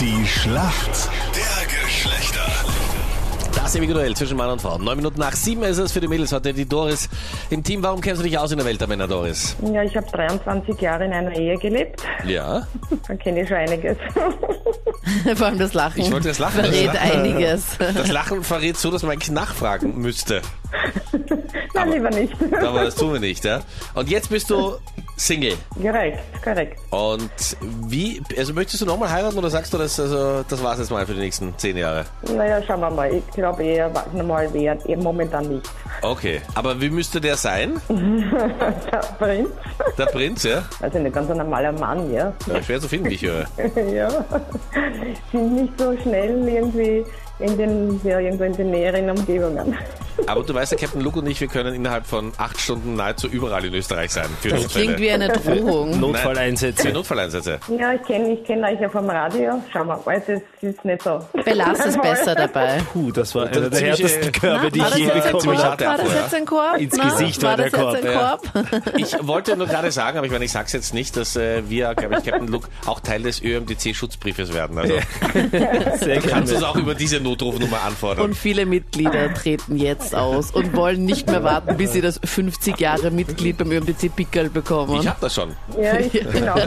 Die Schlacht der Geschlechter. Das ewige Duell zwischen Mann und Frau. 9:09 ist es für die Mädels heute, die Doris im Team. Warum kennst du dich aus in der Welt der Männer, Doris? Ja, ich habe 23 Jahre in einer Ehe gelebt. Ja. Da kenne ich schon einiges. Vor allem das Lachen. Ich wollte das Lachen. Verrät einiges. Das Lachen verrät so, dass man eigentlich nachfragen müsste. Nein, lieber nicht. Aber das tun wir nicht, ja? Und jetzt bist du Single. Korrekt. Und wie, also möchtest du nochmal heiraten oder sagst du, das war's jetzt mal für die nächsten 10 Jahre? Naja, schauen wir mal. Ich glaube eher, normal wäre momentan nicht. Okay, aber wie müsste der sein? Der Prinz. Der Prinz, ja? Also ein ganz normaler Mann, ja. Ja, schwer zu finden, wie ich höre. Ja. Sind nicht so schnell irgendwie irgendwo in den näheren Umgebungen. Aber du weißt ja, Captain Luke und ich, wir können innerhalb von 8 Stunden nahezu überall in Österreich sein. Für Das Notfälle. klingt wie eine Drohung. Notfalleinsätze. Für Notfalleinsätze. Ja, ich kenn euch ja vom Radio. Schauen wir mal, das ist nicht so. Belass es besser dabei. Das war einer der ziemliche- härtesten Körbe, die War ich das je jetzt ein bekommen ziemlich Korb? harte War das Abfuhr, jetzt ein Korb? Ins Na? Gesicht war der das Korb, jetzt ein ja. Korb? Ich wollte nur gerade sagen, aber ich meine, ich sag's jetzt nicht, dass wir, glaube ich, Captain Luke auch Teil des ÖMTC-Schutzbriefes werden. Also Sehr kannst du es gerne. auch über diese Notrufnummer anfordern. Und viele Mitglieder treten jetzt aus und wollen nicht mehr warten, bis sie das 50 Jahre Mitglied beim ÖMTC-Pickel bekommen. Ich hab das schon. Ja, ich bin auch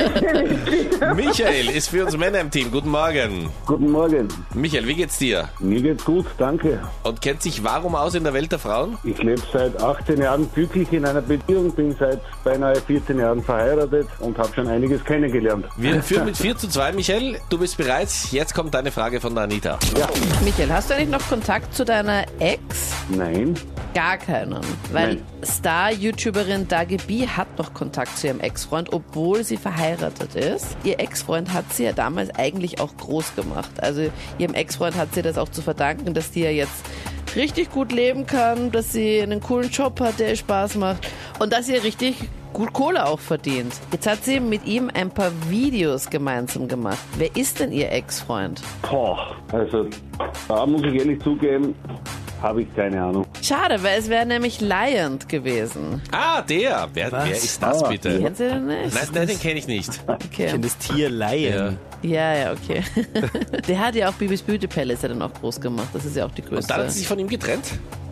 sehr Michael ist für uns Männer im Team. Guten Morgen. Guten Morgen. Michael, wie geht's dir? Mir geht's gut, danke. Und kennt sich warum aus in der Welt der Frauen? Ich lebe seit 18 Jahren glücklich in einer Beziehung, bin seit beinahe 14 Jahren verheiratet und habe schon einiges kennengelernt. Wir führen mit 4:2, Michael. Du bist bereit. Jetzt kommt deine Frage von der Anita. Michael, hast du eigentlich noch Kontakt zu deiner Ex? Nein, Gar keinen. Weil Nein. Star-YouTuberin Dagi B hat noch Kontakt zu ihrem Ex-Freund, obwohl sie verheiratet ist. Ihr Ex-Freund hat sie ja damals eigentlich auch groß gemacht. Also ihrem Ex-Freund hat sie das auch zu verdanken, dass die ja jetzt richtig gut leben kann, dass sie einen coolen Job hat, der ihr Spaß macht und dass sie richtig gut Kohle auch verdient. Jetzt hat sie mit ihm ein paar Videos gemeinsam gemacht. Wer ist denn ihr Ex-Freund? also da muss ich ehrlich zugeben, habe ich keine Ahnung. Schade, weil es wäre nämlich Lion gewesen. Ah, der. Wer ist das bitte? Kennen Sie den nicht? Nein, den kenne ich nicht. Okay. Ich kenne das Tier Laien. Ja, okay. Der hat ja auch Bibis Beauty Palace ja dann auch groß gemacht. Das ist ja auch die Und größte. dann hat sie sich von ihm getrennt?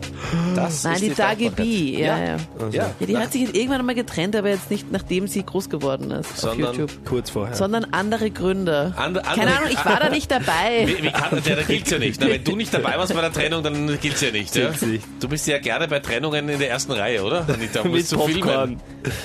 Das Nein, ist die Dagi Dankbarkeit. B. Ja. Ja, Ja, die hat sich irgendwann einmal getrennt, aber jetzt nicht, nachdem sie groß geworden ist Sondern- auf YouTube. Kurz vorher. Sondern andere Gründe. Andere- Keine Ahnung, ich war da nicht dabei. Wie kann der gilt's ja nicht. Na, wenn du nicht dabei warst bei der Trennung, dann gilt's ja nicht. Ja? Gilt's nicht. Du bist ja gerne bei Trennungen in der ersten Reihe, oder? Anita, um Mit es zu filmen. Popcorn.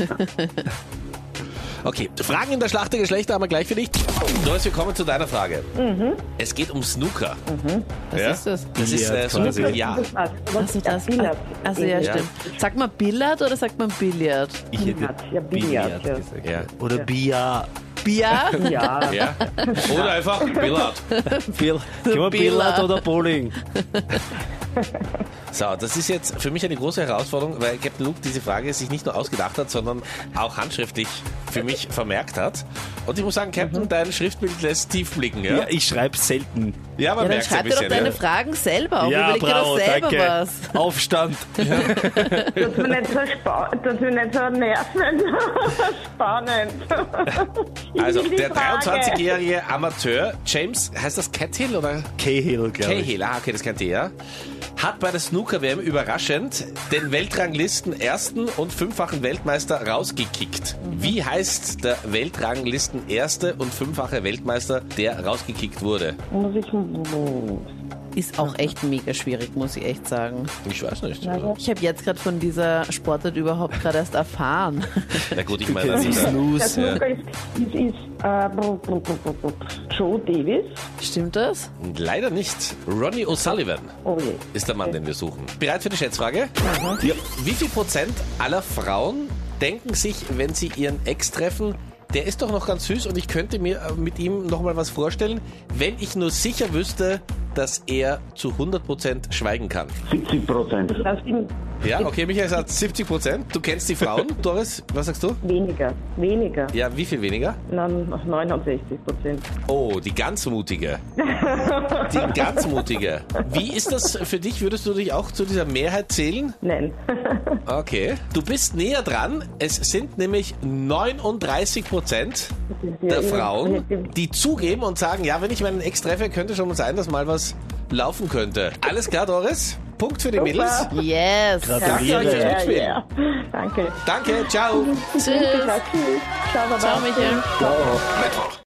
Okay, Fragen in der Schlacht der Geschlechter haben wir gleich für dich. Doris, wir kommen zu deiner Frage. Es geht um Snooker. Was Ja? ist das? Das ist Billard Snooker, quasi. ja. Also das. Billard. Also ja, Ja. stimmt. Sagt man Billard oder sagt man Billard? Ich hätte Billard, Billard ja. gesagt. Ja. Oder Billard. Bia? Ja, Ja. Oder einfach Billard. Billard oder Bowling? So, das ist jetzt für mich eine große Herausforderung, weil Captain Luke diese Frage sich nicht nur ausgedacht hat, sondern auch handschriftlich für mich vermerkt hat. Und ich muss sagen, Captain, dein Schriftbild lässt tief blicken. Ja, Ja, ich schreibe selten. ja man Ja, dann merkt es ein schreib dir doch bisschen. deine Ja. Fragen selber auf. Ja, Überleg dir doch bravo, selber danke. was. Aufstand. tut mir nicht so nerven. Spannend. Also, Ich will die der Frage. 23-jährige Amateur, James, heißt das Cahill oder? Cahill, glaube ich. Cahill, okay, das kennt ihr, ja. Hat bei der Snooker-WM überraschend den Weltranglisten ersten und 5-fachen Weltmeister rausgekickt. Wie heißt der Weltranglisten erste und 5-fache Weltmeister, der rausgekickt wurde? Muss ich... Ist auch echt mega schwierig, muss ich echt sagen. Ich weiß nicht. Ich habe jetzt gerade von dieser Sportart überhaupt gerade erst erfahren. Na gut, ich meine, Die das ist, Der Snooze. Snooker ist Joe Davis. Stimmt das? leider nicht. Ronnie O'Sullivan Oh je. ist der Mann, den wir suchen. Bereit für die Schätzfrage? Ja. Wie viel Prozent aller Frauen denken sich, wenn sie ihren Ex treffen, der ist doch noch ganz süß und ich könnte mir mit ihm noch mal was vorstellen, wenn ich nur sicher wüsste, dass er zu 100% schweigen kann. 70%. Das stimmt. Ja, okay, Michael sagt 70%. Du kennst die Frauen, Doris, was sagst du? Weniger. Ja, wie viel weniger? Dann 69%. Oh, die ganz mutige. Die ganz mutige. Wie ist das für dich? Würdest du dich auch zu dieser Mehrheit zählen? Nein. Okay. Du bist näher dran. Es sind nämlich 39% der Frauen, die zugeben und sagen, ja, wenn ich meinen Ex treffe, könnte schon mal sein, dass mal was laufen könnte. Alles klar, Doris? Punkt für die Mädels. Yes. Gratuliere. Ja. Danke. Danke, ciao. Tschüss. Tschüss. Ciao, Baba. Ciao, Michael. Mittwoch.